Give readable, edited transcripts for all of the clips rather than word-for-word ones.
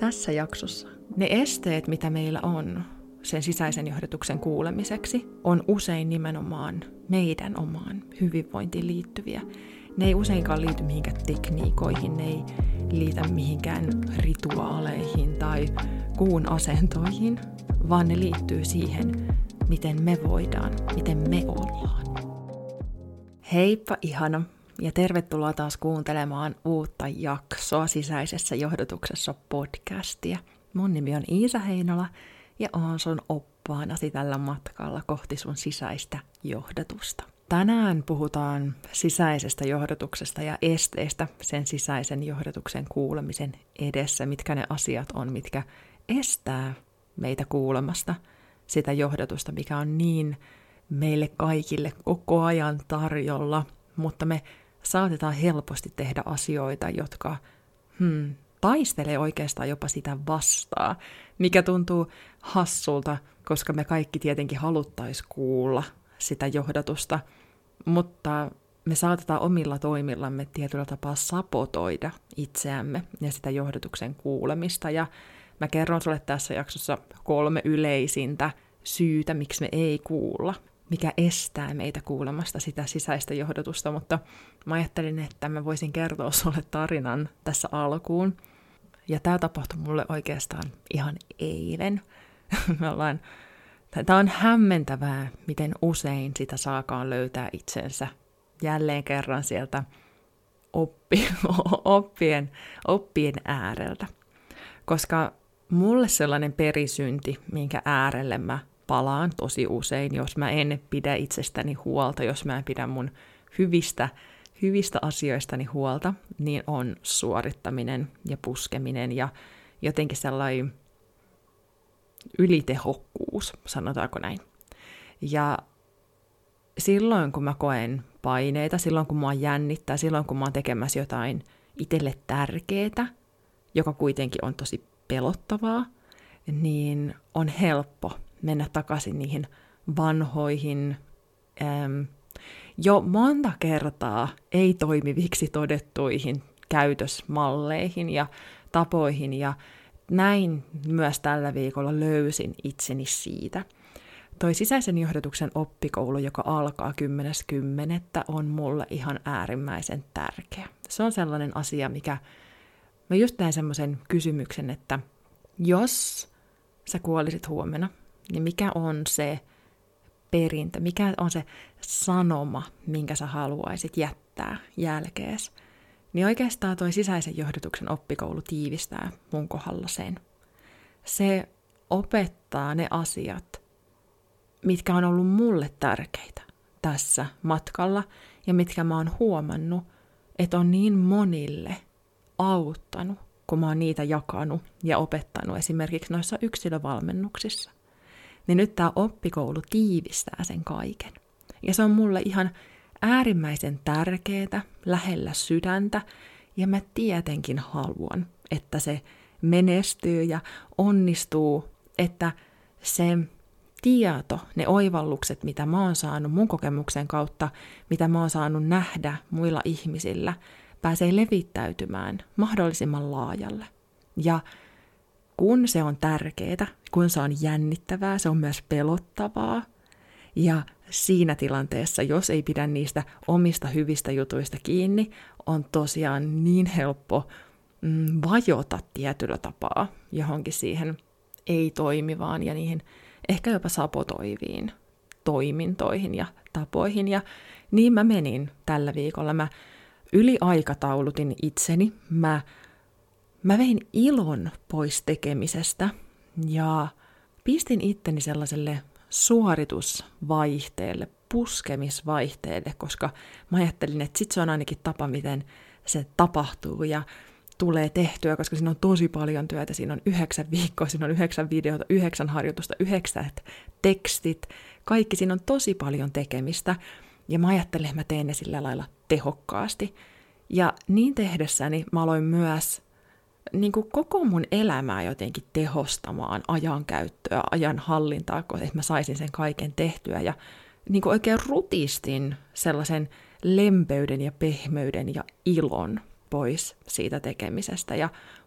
Tässä jaksossa ne esteet, mitä meillä on sen sisäisen johdatuksen kuulemiseksi, on usein nimenomaan meidän omaan hyvinvointiin liittyviä. Ne ei useinkaan liity mihinkään tekniikoihin, ne ei liitä mihinkään rituaaleihin tai kuun asentoihin, vaan ne liittyy siihen, miten me voidaan, miten me ollaan. Heippa ihana ja tervetuloa taas kuuntelemaan uutta jaksoa Sisäisessä johdotuksessa podcastia. Mun nimi on Iisa Heinola ja oon sun oppaanasi tällä matkalla kohti sun sisäistä johdatusta. Tänään puhutaan sisäisestä johdotuksesta ja esteistä sen sisäisen johdatuksen kuulemisen edessä, mitkä ne asiat on, mitkä estää meitä kuulemasta sitä johdatusta, mikä on niin meille kaikille koko ajan tarjolla, mutta me saatetaan helposti tehdä asioita, jotka taistelee oikeastaan jopa sitä vastaan, mikä tuntuu hassulta, koska me kaikki tietenkin haluttaisiin kuulla sitä johdatusta, mutta me saatetaan omilla toimillamme tietyllä tapaa sabotoida itseämme ja sitä johdatuksen kuulemista. Ja mä kerron sulle tässä jaksossa 3 yleisintä syytä, miksi me ei kuulla, mikä estää meitä kuulemasta sitä sisäistä johdatusta, mutta mä ajattelin, että mä voisin kertoa sulle tarinan tässä alkuun. Ja tää tapahtui mulle oikeastaan ihan eilen. Tää on hämmentävää, miten usein sitä saakaan löytää itsensä jälleen kerran sieltä oppien ääreltä. Koska mulle sellainen perisynti, minkä äärelle mä palaan tosi usein, jos mä en pidä itsestäni huolta, jos mä en pidä mun hyvistä asioistani huolta, niin on suorittaminen ja puskeminen ja jotenkin sellainen ylitehokkuus, sanotaanko näin. Ja silloin, kun mä koen paineita, silloin, kun mua jännittää, silloin, kun mä oon tekemässä jotain itselle tärkeää, joka kuitenkin on tosi pelottavaa, niin on helppo mennä takaisin niihin vanhoihin, jo monta kertaa ei toimiviksi todettuihin käytösmalleihin ja tapoihin, ja näin myös tällä viikolla löysin itseni siitä. Toi sisäisen johdatuksen oppikoulu, joka alkaa 10.10., on mulle ihan äärimmäisen tärkeä. Se on sellainen asia, mikä mä just näin semmoisen kysymyksen, että jos sä kuolisit huomenna, niin mikä on se perintö, mikä on se sanoma, minkä sä haluaisit jättää jälkees, niin oikeastaan toi sisäisen johdatuksen oppikoulu tiivistää mun kohdalla sen. Se opettaa ne asiat, mitkä on ollut mulle tärkeitä tässä matkalla ja mitkä mä oon huomannut, että on niin monille auttanut, kun mä oon niitä jakanut ja opettanut esimerkiksi noissa yksilövalmennuksissa. Niin nyt tää oppikoulu tiivistää sen kaiken. Ja se on mulle ihan äärimmäisen tärkeää, lähellä sydäntä, ja mä tietenkin haluan, että se menestyy ja onnistuu, että se tieto, ne oivallukset, mitä mä oon saanut mun kokemuksen kautta, mitä mä oon saanut nähdä muilla ihmisillä, pääsee levittäytymään mahdollisimman laajalle. Ja kun se on tärkeää, kun se on jännittävää, se on myös pelottavaa. Ja siinä tilanteessa, jos ei pidä niistä omista hyvistä jutuista kiinni, on tosiaan niin helppo vajota tietyllä tapaa johonkin siihen ei-toimivaan ja niihin ehkä jopa sabotoiviin toimintoihin ja tapoihin. Ja niin mä menin tällä viikolla. Mä yliaikataulutin itseni. Mä vein ilon pois tekemisestä ja pistin itteni sellaiselle suoritusvaihteelle, puskemisvaihteelle, koska mä ajattelin, että sit se on ainakin tapa, miten se tapahtuu ja tulee tehtyä, koska siinä on tosi paljon työtä, siinä on 9 viikkoa, siinä on 9 videota, 9 harjoitusta, 9 tekstit, kaikki, siinä on tosi paljon tekemistä, ja mä ajattelin, että mä teen ne sillä lailla tehokkaasti. Ja niin tehdessäni mä aloin myös niin kuin koko mun elämää jotenkin tehostamaan ajankäyttöä, ajan hallintaa, että mä saisin sen kaiken tehtyä. Ja niin kuin oikein rutistin sellaisen lempeyden ja pehmeyden ja ilon pois siitä tekemisestä. Ja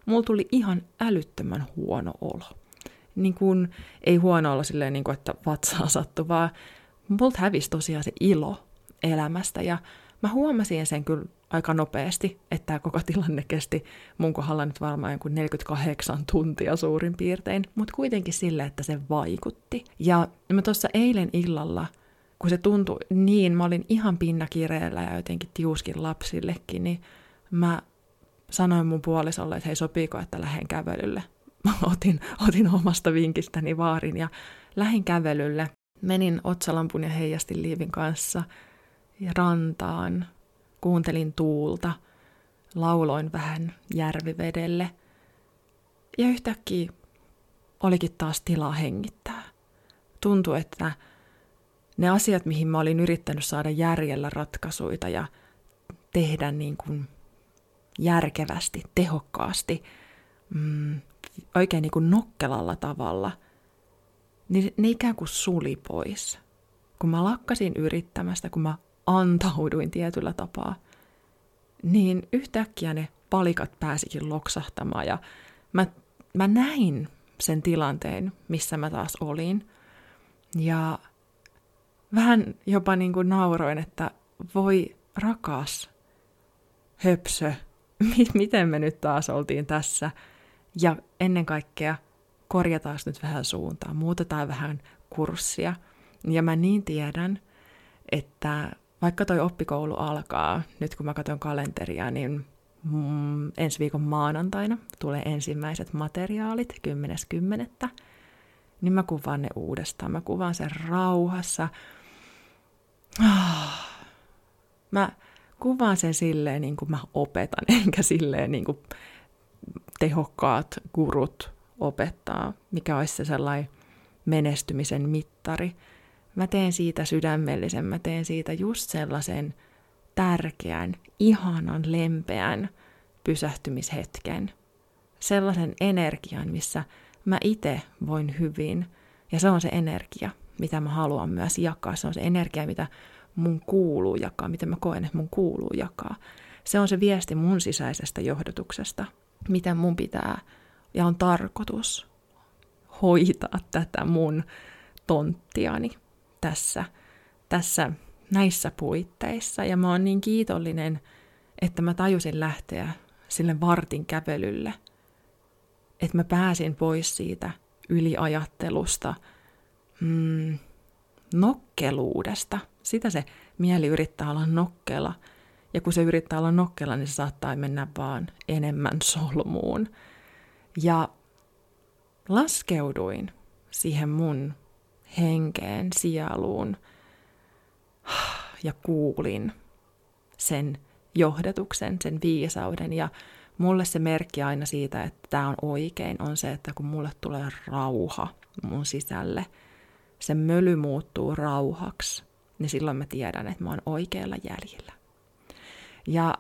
mulla tuli ihan älyttömän huono olo. Niin kuin, ei huono olo silleen, niin kuin, että vatsaa sattui, vaan multa hävisi tosiaan se ilo elämästä. Ja mä huomasin sen kyllä aika nopeasti, että tämä koko tilanne kesti mun kohdalla nyt varmaan joku 48 tuntia suurin piirtein, mutta kuitenkin sille, että se vaikutti. Ja mä tuossa eilen illalla, kun se tuntui niin, mä olin ihan pinnakireellä ja jotenkin tiuskin lapsillekin, niin mä sanoin mun puolisolle, että hei, sopiiko, että lähden kävelylle. Mä otin omasta vinkistäni vaarin ja lähdin kävelylle. Menin otsalampun ja heijastinliivin kanssa ja rantaan. Kuuntelin tuulta, lauloin vähän järvivedelle ja yhtäkkiä olikin taas tilaa hengittää. Tuntui, että ne asiat, mihin mä olin yrittänyt saada järjellä ratkaisuita ja tehdä niin kuin järkevästi, tehokkaasti, oikein niin kuin nokkelalla tavalla, niin ne ikään kuin suli pois. Kun mä lakkasin yrittämästä, kun mä antauduin tietyllä tapaa, niin yhtäkkiä ne palikat pääsikin loksahtamaan ja mä näin sen tilanteen, missä mä taas olin. Ja vähän jopa niin kuin nauroin, että voi rakas höpsö, miten me nyt taas oltiin tässä. Ja ennen kaikkea korjataan nyt vähän suuntaa, muutetaan vähän kurssia. Ja mä niin tiedän, että vaikka toi oppikoulu alkaa, nyt kun mä katson kalenteria, niin ensi viikon maanantaina tulee ensimmäiset materiaalit 10.10. Niin mä kuvaan ne uudestaan. Mä kuvaan sen rauhassa. Mä kuvaan sen silleen, niin kuin mä opetan, enkä silleen niin kuin tehokkaat gurut opettaa, mikä olisi se sellainen menestymisen mittari. Mä teen siitä sydämellisen, mä teen siitä just sellaisen tärkeän, ihanan, lempeän pysähtymishetken. Sellaisen energian, missä mä itse voin hyvin. Ja se on se energia, mitä mä haluan myös jakaa. Se on se energia, mitä mun kuuluu jakaa, mitä mä koen, että mun kuuluu jakaa. Se on se viesti mun sisäisestä johdotuksesta, miten mun pitää ja on tarkoitus hoitaa tätä mun tonttiani näissä puitteissa. Ja mä oon niin kiitollinen, että mä tajusin lähteä sille vartin kävelylle, että mä pääsin pois siitä yliajattelusta, nokkeluudesta. Sitä se mieli yrittää olla nokkela. Ja kun se yrittää olla nokkela, niin se saattaa mennä vaan enemmän solmuun. Ja laskeuduin siihen mun henkeen, sieluun ja kuulin sen johdatuksen, sen viisauden. Ja mulle se merkki aina siitä, että tämä on oikein, on se, että kun mulle tulee rauha mun sisälle, se möly muuttuu rauhaksi, niin silloin mä tiedän, että mä oon oikealla jäljellä. Ja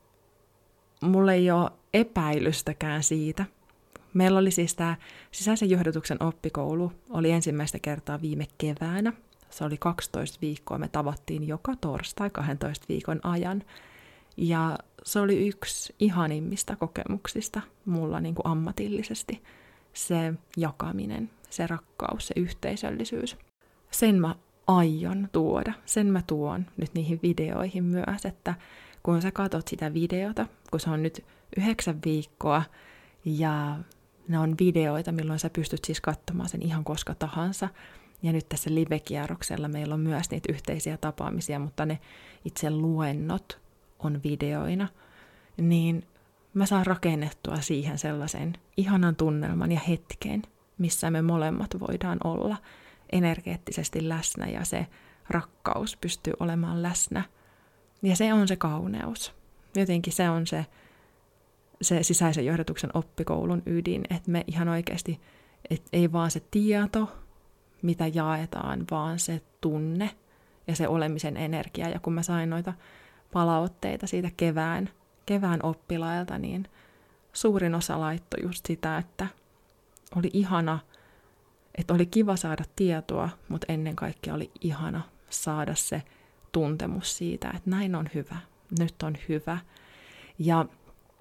mulla ei ole epäilystäkään siitä. Meillä oli siis tämä sisäisen johdatuksen oppikoulu, oli ensimmäistä kertaa viime keväänä. Se oli 12 viikkoa, me tavattiin joka torstai 12 viikon ajan. Ja se oli yksi ihanimmista kokemuksista mulla niin kuin ammatillisesti. Se jakaminen, se rakkaus, se yhteisöllisyys. Sen mä aion tuoda, sen mä tuon nyt niihin videoihin myös, että kun sä katot sitä videota, kun se on nyt 9 viikkoa ja ne on videoita, milloin sä pystyt siis katsomaan sen ihan koska tahansa. Ja nyt tässä live-kierroksella meillä on myös niitä yhteisiä tapaamisia, mutta ne itse luennot on videoina, niin mä saan rakennettua siihen sellaisen ihanan tunnelman ja hetken, missä me molemmat voidaan olla energeettisesti läsnä ja se rakkaus pystyy olemaan läsnä. Ja se on se kauneus. Jotenkin se on se sisäisen johdatuksen oppikoulun ydin, että me ihan oikeasti, että ei vaan se tieto, mitä jaetaan, vaan se tunne ja se olemisen energia. Ja kun mä sain noita palautteita siitä kevään oppilailta, niin suurin osa laittoi just sitä, että oli ihana, että oli kiva saada tietoa, mutta ennen kaikkea oli ihana saada se tuntemus siitä, että näin on hyvä, nyt on hyvä. Ja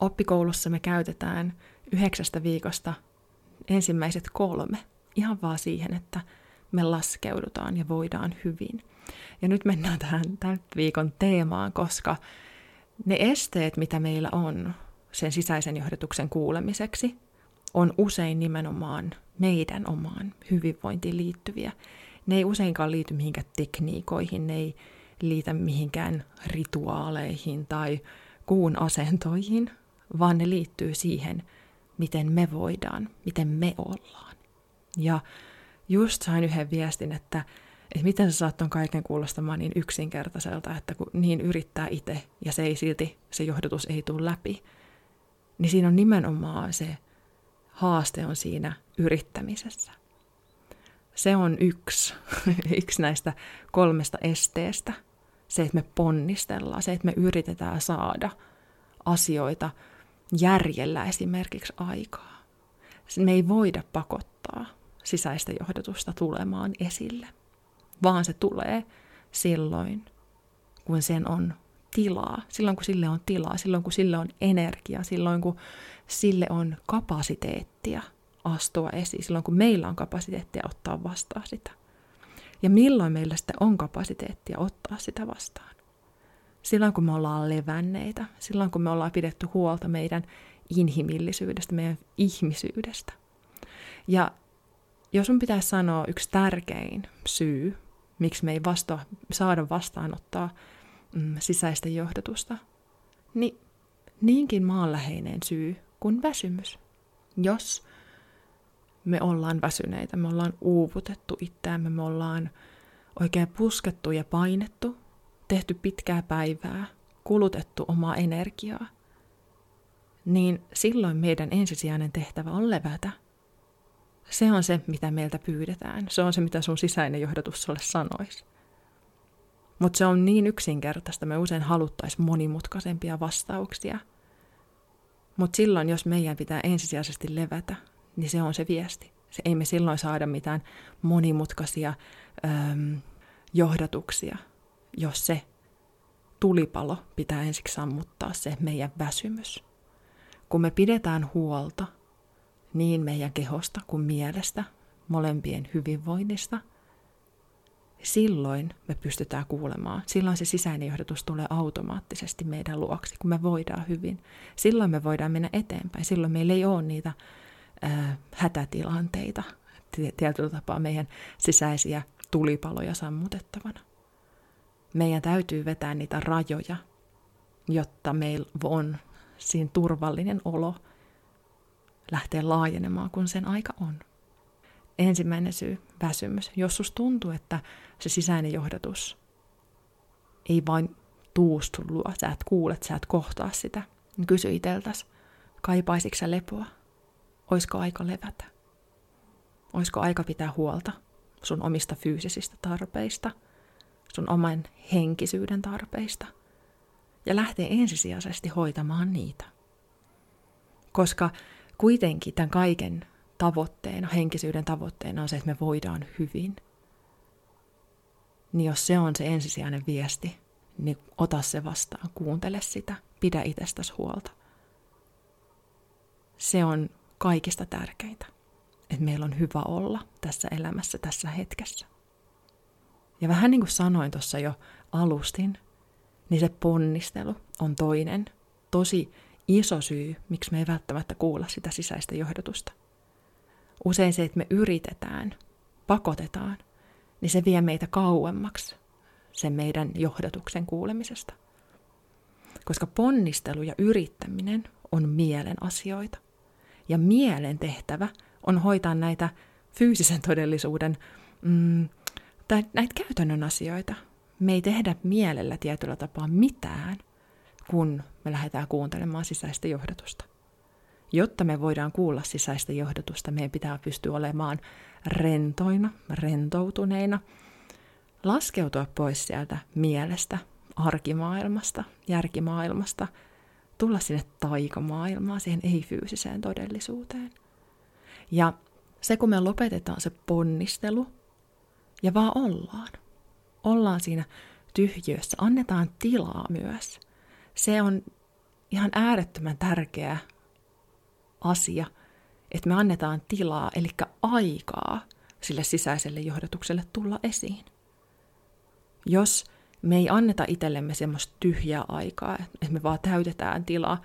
Oppikoulussa me käytetään 9 viikosta ensimmäiset 3 ihan vaan siihen, että me laskeudutaan ja voidaan hyvin. Ja nyt mennään tähän tämän viikon teemaan, koska ne esteet, mitä meillä on sen sisäisen johdatuksen kuulemiseksi, on usein nimenomaan meidän omaan hyvinvointiin liittyviä. Ne ei useinkaan liity mihinkään tekniikoihin, ne ei liitä mihinkään rituaaleihin tai kuun asentoihin, vaan ne liittyy siihen, miten me voidaan, miten me ollaan. Ja just sain yhden viestin, että miten sä saat ton kaiken kuulostamaan niin yksinkertaiselta, että kun niin yrittää itse ja se ei silti, se johdatus ei tule läpi, niin siinä on nimenomaan se haaste on siinä yrittämisessä. Se on yksi näistä 3 esteestä. Se, että me ponnistellaan, se, että me yritetään saada asioita järjellä esimerkiksi aikaa. Me ei voida pakottaa sisäistä johdatusta tulemaan esille, vaan se tulee silloin, kun sen on tilaa, silloin kun sille on tilaa, silloin kun sille on energia, silloin kun sille on kapasiteettia astua esiin, silloin kun meillä on kapasiteettia ottaa vastaan sitä. Ja milloin meillä sitten on kapasiteettia ottaa sitä vastaan? Silloin kun me ollaan levänneitä, silloin kun me ollaan pidetty huolta meidän inhimillisyydestä, meidän ihmisyydestä. Ja jos mun pitäisi sanoa yksi tärkein syy, miksi me ei saada vastaanottaa sisäistä johdatusta, niin niinkin maanläheinen syy kuin väsymys. Jos me ollaan väsyneitä, me ollaan uuvutettu itseämme, me ollaan oikein puskettu ja painettu, tehty pitkää päivää, kulutettu omaa energiaa, niin silloin meidän ensisijainen tehtävä on levätä. Se on se, mitä meiltä pyydetään. Se on se, mitä sun sisäinen johdatus sulle sanoisi. Mutta se on niin yksinkertaista, me usein haluttaisiin monimutkaisempia vastauksia. Mutta silloin, jos meidän pitää ensisijaisesti levätä, niin se on se viesti. Se ei me silloin saada mitään monimutkaisia johdatuksia, jos se tulipalo pitää ensiksi sammuttaa, se meidän väsymys. Kun me pidetään huolta niin meidän kehosta kuin mielestä, molempien hyvinvoinnista, silloin me pystytään kuulemaan. Silloin se sisäinen johdatus tulee automaattisesti meidän luoksi, kun me voidaan hyvin. Silloin me voidaan mennä eteenpäin. Silloin meillä ei ole niitä hätätilanteita, tietyllä tapaa meidän sisäisiä tulipaloja sammutettavana. Meidän täytyy vetää niitä rajoja, jotta meillä on siinä turvallinen olo lähteä laajenemaan, kun sen aika on. Ensimmäinen syy, väsymys. Jos susta tuntuu, että se sisäinen johdatus ei vain tuu sun luo, sä et kuule, sä et kohtaa sitä, niin kysy iteltäs, kaipaisitko sä lepoa? Oisko aika levätä? Oisko aika pitää huolta sun omista fyysisistä tarpeista, sun oman henkisyyden tarpeista ja lähtee ensisijaisesti hoitamaan niitä. Koska kuitenkin tämän kaiken tavoitteena, henkisyyden tavoitteena on se, että me voidaan hyvin. Niin jos se on se ensisijainen viesti, niin ota se vastaan, kuuntele sitä, pidä itsestäsi huolta. Se on kaikista tärkeintä, että meillä on hyvä olla tässä elämässä, tässä hetkessä. Ja vähän niin kuin sanoin tuossa jo alustin, niin se ponnistelu on toinen tosi iso syy, miksi me ei välttämättä kuulla sitä sisäistä johdatusta. Usein se, että me yritetään, pakotetaan, niin se vie meitä kauemmaksi sen meidän johdatuksen kuulemisesta. Koska ponnistelu ja yrittäminen on mielen asioita. Ja mielen tehtävä on hoitaa näitä fyysisen todellisuuden, näitä käytännön asioita. Me ei tehdä mielellä tietyllä tapaa mitään, kun me lähdetään kuuntelemaan sisäistä johdatusta. Jotta me voidaan kuulla sisäistä johdatusta, meidän pitää pystyä olemaan rentoina, rentoutuneina, laskeutua pois sieltä mielestä, arkimaailmasta, järkimaailmasta, tulla sinne taikamaailmaan, siihen ei-fyysiseen todellisuuteen. Ja se, kun me lopetetaan se ponnistelu ja vaan ollaan siinä tyhjössä, annetaan tilaa myös. Se on ihan äärettömän tärkeä asia, että me annetaan tilaa, eli aikaa sille sisäiselle johdatukselle tulla esiin. Jos me ei anneta itsellemme semmoista tyhjää aikaa, että me vaan täytetään tilaa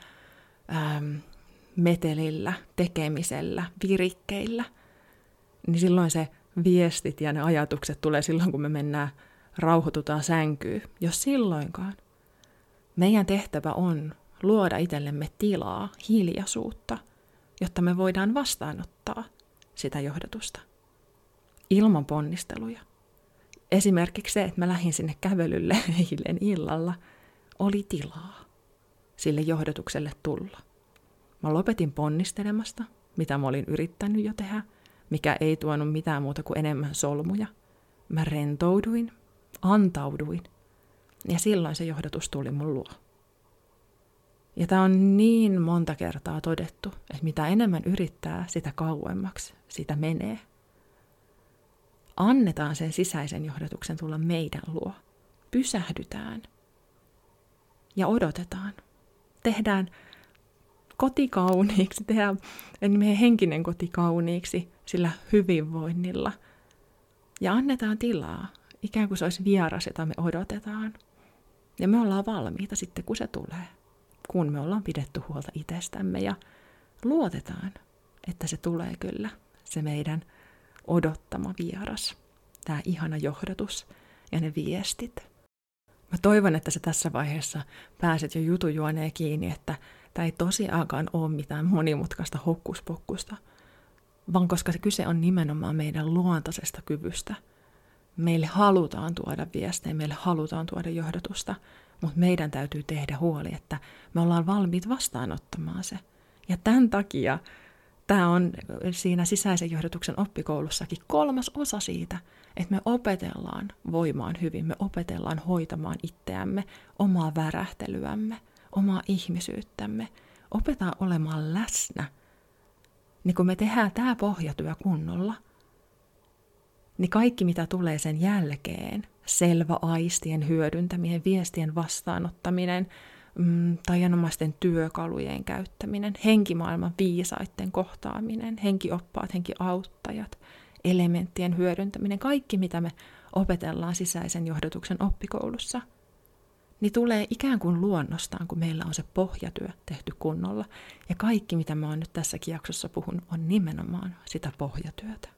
metelillä, tekemisellä, virikkeillä, niin silloin se viestit ja ne ajatukset tulee silloin, kun me rauhoitutaan sänkyyn. Jos silloinkaan. Meidän tehtävä on luoda itsellemme tilaa, hiljaisuutta, jotta me voidaan vastaanottaa sitä johdatusta. Ilman ponnisteluja. Esimerkiksi se, että mä lähdin sinne kävelylle eilen illalla, oli tilaa sille johdatukselle tulla. Mä lopetin ponnistelemasta, mitä mä olin yrittänyt jo tehdä, mikä ei tuonut mitään muuta kuin enemmän solmuja. Mä rentouduin, antauduin, ja silloin se johdatus tuli mun luo. Ja tää on niin monta kertaa todettu, että mitä enemmän yrittää, sitä kauemmaksi sitä menee. Annetaan sen sisäisen johdatuksen tulla meidän luo. Pysähdytään ja odotetaan. Tehdään koti kauniiksi, tehdään meidän henkinen koti kauniiksi sillä hyvinvoinnilla. Ja annetaan tilaa, ikään kuin se olisi vieras, jota me odotetaan. Ja me ollaan valmiita sitten, kun se tulee. Kun me ollaan pidetty huolta itsestämme ja luotetaan, että se tulee kyllä, se meidän odottama vieras, tämä ihana johdatus ja ne viestit. Mä toivon, että sä tässä vaiheessa pääset jo jutujuoneen kiinni, että tämä ei tosiaankaan ole mitään monimutkaista hokkuspokkusta, vaan koska se kyse on nimenomaan meidän luontaisesta kyvystä. Meille halutaan tuoda viestejä, meille halutaan tuoda johdatusta, mutta meidän täytyy tehdä huoli, että me ollaan valmiit vastaanottamaan se. Ja tämän takia tämä on siinä sisäisen johdatuksen oppikoulussakin 3. osa siitä, että me opetellaan voimaan hyvin, me opetellaan hoitamaan itseämme, omaa värähtelyämme, omaa ihmisyyttämme, opetaan olemaan läsnä. Niin kun me tehdään tämä pohjatyö kunnolla, niin kaikki mitä tulee sen jälkeen, selvä aistien hyödyntäminen, viestien vastaanottaminen, taianomaisten työkalujen käyttäminen, henkimaailman viisaiden kohtaaminen, henkioppaat, henkiauttajat, elementtien hyödyntäminen, kaikki mitä me opetellaan sisäisen johdatuksen oppikoulussa, niin tulee ikään kuin luonnostaan, kun meillä on se pohjatyö tehty kunnolla. Ja kaikki, mitä mä oon nyt tässäkin jaksossa puhun, on nimenomaan sitä pohjatyötä.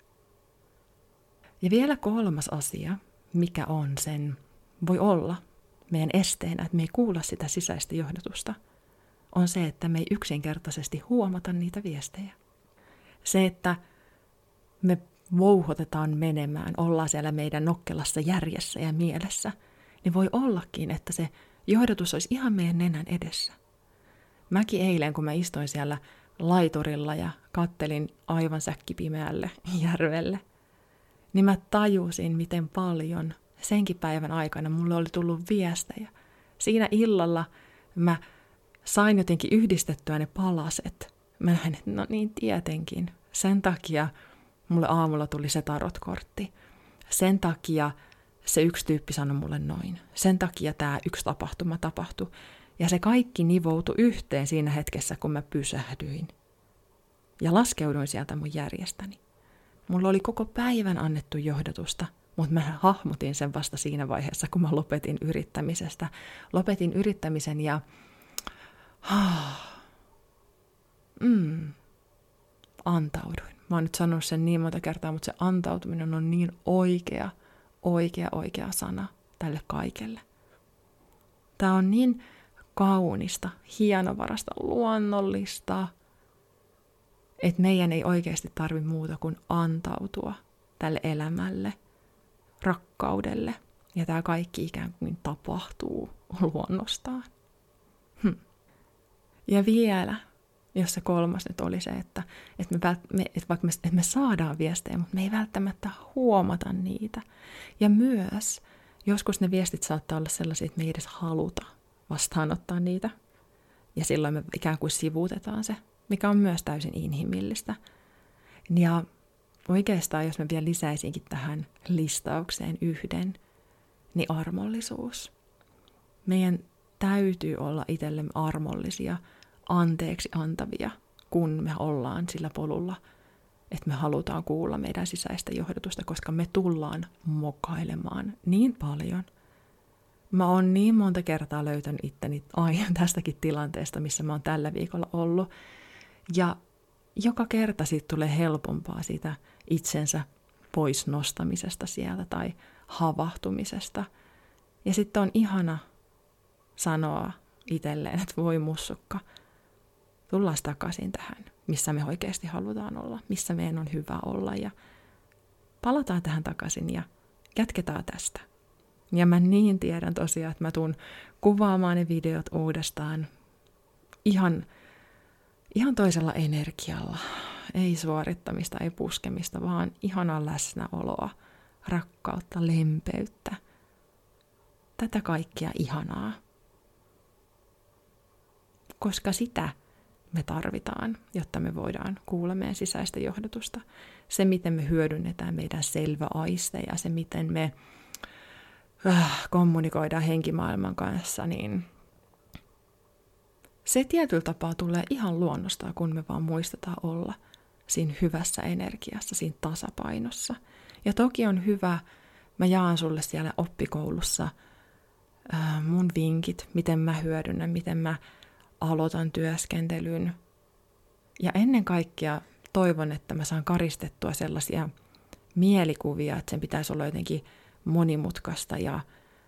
Ja vielä 3. asia, mikä on sen, voi olla meidän esteenä, että me ei kuulla sitä sisäistä johdatusta, on se, että me ei yksinkertaisesti huomata niitä viestejä. Se, että me vouhotetaan menemään, ollaan siellä meidän nokkelassa järjessä ja mielessä, niin voi ollakin, että se johdatus olisi ihan meidän nenän edessä. Mäkin eilen, kun mä istuin siellä laiturilla ja kattelin aivan säkkipimeälle järvelle, niin mä tajusin, miten paljon senkin päivän aikana mulle oli tullut viestejä. Siinä illalla mä sain jotenkin yhdistettyä ne palaset. Mä näin, että no niin tietenkin. Sen takia mulle aamulla tuli se tarotkortti. Sen takia se yksi tyyppi sanoi mulle noin. Sen takia tämä yksi tapahtuma tapahtui. Ja se kaikki nivoutui yhteen siinä hetkessä, kun mä pysähdyin. Ja laskeuduin sieltä mun järjestäni. Mulla oli koko päivän annettu johdatusta, mutta mä hahmotin sen vasta siinä vaiheessa, kun mä lopetin yrittämisestä. Lopetin yrittämisen ja antauduin. Mä oon nyt sanonut sen niin monta kertaa, mutta se antautuminen on niin oikea sana tälle kaikelle. Tää on niin kaunista, hienovarasta, luonnollista, että meidän ei oikeasti tarvitse muuta kuin antautua tälle elämälle, rakkaudelle. Ja tämä kaikki ikään kuin tapahtuu luonnostaan. Ja vielä, jos se 3. nyt oli se, että me saadaan viestejä, mutta me ei välttämättä huomata niitä. Ja myös joskus ne viestit saattaa olla sellaisia, että me ei edes haluta vastaanottaa niitä. Ja silloin me ikään kuin sivuutetaan se, mikä on myös täysin inhimillistä. Ja oikeastaan, jos mä vielä lisäisinkin tähän listaukseen yhden, niin armollisuus. Meidän täytyy olla itsellemme armollisia, anteeksi antavia, kun me ollaan sillä polulla, että me halutaan kuulla meidän sisäistä johdotusta, koska me tullaan mokailemaan niin paljon. Mä oon niin monta kertaa löytänyt itteni tästäkin tilanteesta, missä mä oon tällä viikolla ollut. Ja joka kerta siitä tulee helpompaa siitä itsensä pois nostamisesta sieltä tai havahtumisesta. Ja sitten on ihana sanoa itselleen, että voi mussukka, tullaan takaisin tähän, missä me oikeasti halutaan olla, missä meidän on hyvä olla ja palataan tähän takaisin ja jatketaan tästä. Ja mä niin tiedän tosiaan, että mä tuun kuvaamaan ne videot uudestaan ihan toisella energialla. Ei suorittamista, ei puskemista, vaan ihanaa läsnäoloa, rakkautta, lempeyttä. Tätä kaikkea ihanaa. Koska sitä me tarvitaan, jotta me voidaan kuulla meidän sisäistä johdotusta. Se, miten me hyödynnetään meidän selväaisteja, se, miten me kommunikoidaan henkimaailman kanssa, niin se tietyllä tapaa tulee ihan luonnostaan, kun me vaan muistetaan olla siinä hyvässä energiassa, siinä tasapainossa. Ja toki on hyvä, mä jaan sulle siellä oppikoulussa mun vinkit, miten mä hyödynnän, miten mä aloitan työskentelyn. Ja ennen kaikkea toivon, että mä saan karistettua sellaisia mielikuvia, että sen pitäisi olla jotenkin monimutkaista ja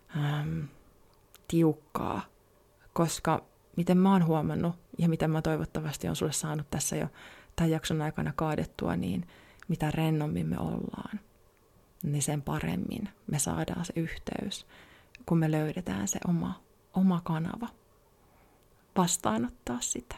tiukkaa, koska miten mä oon huomannut ja mitä mä toivottavasti on sulle saanut tässä jo tämän jakson aikana kaadettua, niin mitä rennommin me ollaan, niin sen paremmin me saadaan se yhteys, kun me löydetään se oma kanava vastaanottaa sitä.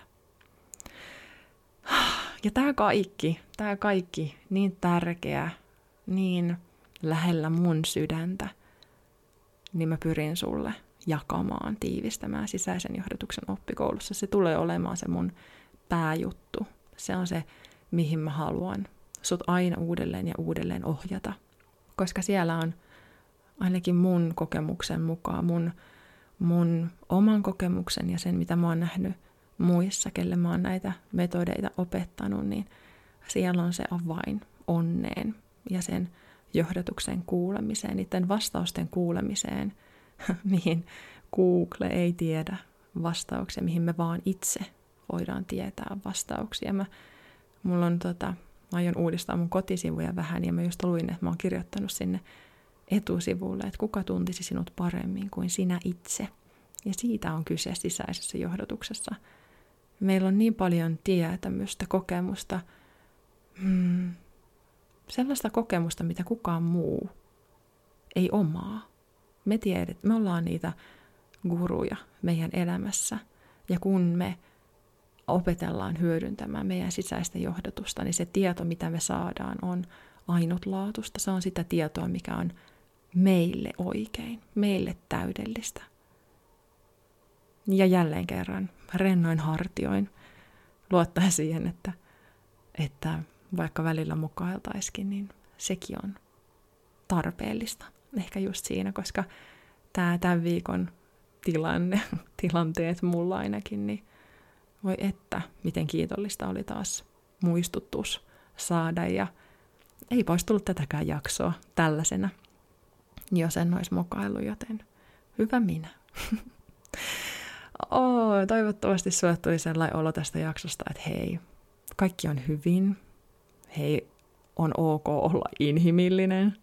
Ja tämä kaikki niin tärkeä, niin lähellä mun sydäntä, niin mä pyrin sulle jakamaan, tiivistämään sisäisen johdatuksen oppikoulussa. Se tulee olemaan se mun pääjuttu. Se on se, mihin mä haluan sut aina uudelleen ja uudelleen ohjata. Koska siellä on ainakin mun kokemuksen mukaan, mun oman kokemuksen ja sen, mitä mä oon nähnyt muissa, kelle mä oon näitä metodeita opettanut, niin siellä on se avain onneen ja sen johdatuksen kuulemiseen, niiden vastausten kuulemiseen, mihin Google ei tiedä vastauksia, mihin me vaan itse voidaan tietää vastauksia. Mä aion uudistaa mun kotisivuja vähän, ja mä just luin, että mä oon kirjoittanut sinne etusivulle, että kuka tuntisi sinut paremmin kuin sinä itse. Ja siitä on kyse sisäisessä johdotuksessa. Meillä on niin paljon tietämystä, kokemusta, sellaista kokemusta, mitä kukaan muu ei omaa. Me ollaan niitä guruja meidän elämässä. Ja kun me opetellaan hyödyntämään meidän sisäistä johdotusta, niin se tieto, mitä me saadaan, on ainutlaatuista. Se on sitä tietoa, mikä on meille oikein, meille täydellistä. Ja jälleen kerran rennoin hartioin luottaa siihen, että vaikka välillä mukailtaisikin, niin sekin on tarpeellista. Ehkä just siinä, koska tämän viikon tilanteet mulla ainakin, niin voi että, miten kiitollista oli taas muistutus saada. Ja ei pois tullut tätäkään jaksoa tällaisena, jos en olisi mukaillut, joten hyvä minä. Toivottavasti sulle tuli sellainen olo tästä jaksosta, että hei, kaikki on hyvin. Hei, on ok olla inhimillinen.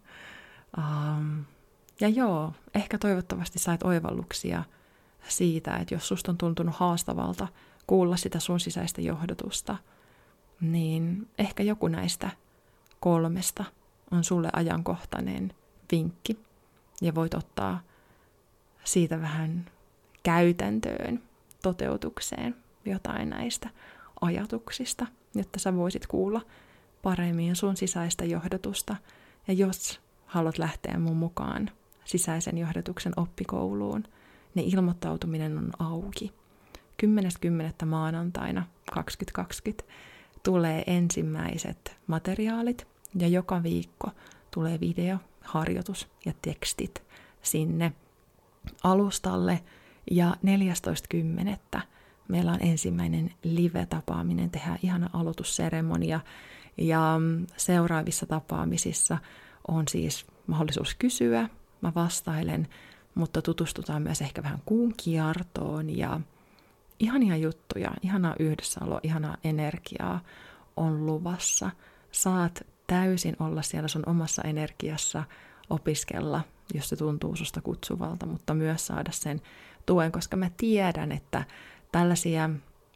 Ja joo, ehkä toivottavasti sait oivalluksia siitä, että jos susta on tuntunut haastavalta kuulla sitä sun sisäistä johdotusta, niin ehkä joku näistä 3 on sulle ajankohtainen vinkki. Ja voit ottaa siitä vähän käytäntöön, toteutukseen jotain näistä ajatuksista, jotta sä voisit kuulla paremmin sun sisäistä johdotusta. Ja jos haluat lähteä mun mukaan sisäisen johdatuksen oppikouluun, niin ilmoittautuminen on auki. 10.10. maanantaina 2020 tulee ensimmäiset materiaalit ja joka viikko tulee video, harjoitus ja tekstit sinne alustalle, Ja 14.10. meillä on ensimmäinen live-tapaaminen, tehdään ihana aloitusseremonia. Ja seuraavissa tapaamisissa on siis mahdollisuus kysyä, mä vastailen, mutta tutustutaan myös ehkä vähän kuun kiertoon ja ihania juttuja, ihanaa yhdessäoloa, ihanaa energiaa on luvassa. Saat täysin olla siellä sun omassa energiassa, opiskella, jos se tuntuu susta kutsuvalta, mutta myös saada sen tuen, koska mä tiedän, että tällaisia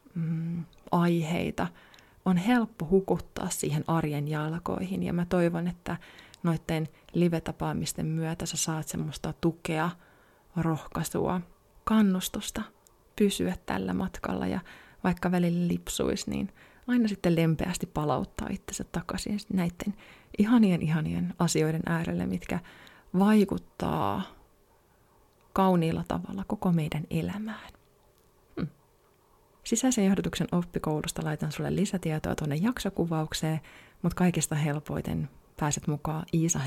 aiheita on helppo hukuttaa siihen arjen jalkoihin, ja mä toivon, että noiden live-tapaamisten myötä sä saat semmoista tukea, rohkaisua, kannustusta pysyä tällä matkalla, ja vaikka välillä lipsuisi, niin aina sitten lempeästi palauttaa itsensä takaisin näiden ihanien asioiden äärelle, mitkä vaikuttaa kauniilla tavalla koko meidän elämään. Sisäisen johdatuksen oppikoulusta laitan sulle lisätietoa tuonne jaksokuvaukseen, mutta kaikista helpoiten pääset mukaan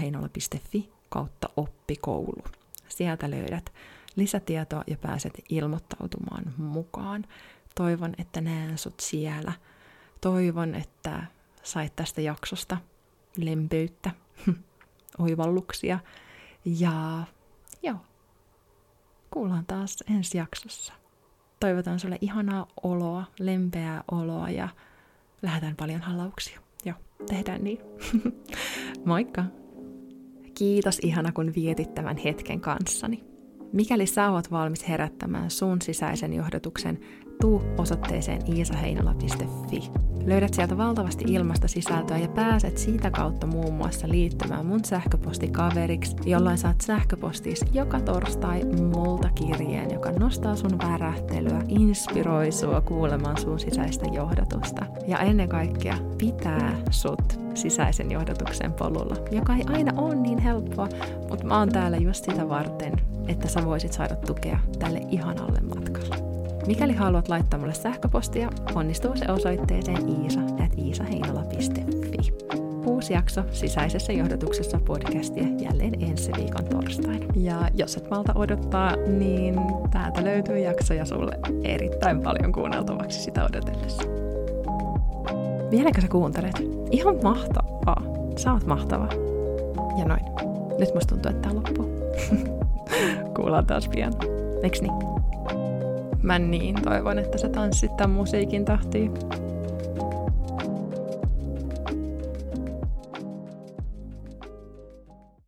iisaheinola.fi/oppikoulu. Sieltä löydät lisätietoa ja pääset ilmoittautumaan mukaan. Toivon, että näen sut siellä. Toivon, että sait tästä jaksosta lempeyttä, oivalluksia. Ja joo, kuullaan taas ensi jaksossa. Toivotan sulle ihanaa oloa, lempeää oloa ja lähetän paljon halauksia. Joo, tehdään niin. Moikka! Kiitos ihana, kun vietit tämän hetken kanssani. Mikäli sä oot valmis herättämään sun sisäisen johdatuksen, tuu osoitteeseen iisaheinola.fi. Löydät sieltä valtavasti ilmasta sisältöä ja pääset siitä kautta muun muassa liittymään mun sähköpostikaveriksi, jolloin saat sähköpostis joka torstai multa kirjeen, joka nostaa sun värähtelyä, inspiroi sua kuulemaan sun sisäistä johdatusta. Ja ennen kaikkea pitää sut sisäisen johdatuksen polulla, joka ei aina ole niin helppoa, mutta mä oon täällä just sitä varten, että sä voisit saada tukea tälle ihanalle matkalle. Mikäli haluat laittaa mulle sähköpostia, onnistuu se osoitteeseen iisa@iisaheinola.fi. Uusi jakso sisäisessä johdatuksessa podcastia jälleen ensi viikon torstaina. Ja jos et malta odottaa, niin täältä löytyy jaksoja sulle erittäin paljon kuunneltavaksi sitä odotellessa. Vieläkö sä kuuntelet? Ihan mahtavaa. Sä oot mahtava. Ja noin. Nyt musta tuntuu, että tää loppuu. Kuullaan taas pian. Eiks niin? Mä niin toivon, että sä tanssit tämän musiikin tahtiin.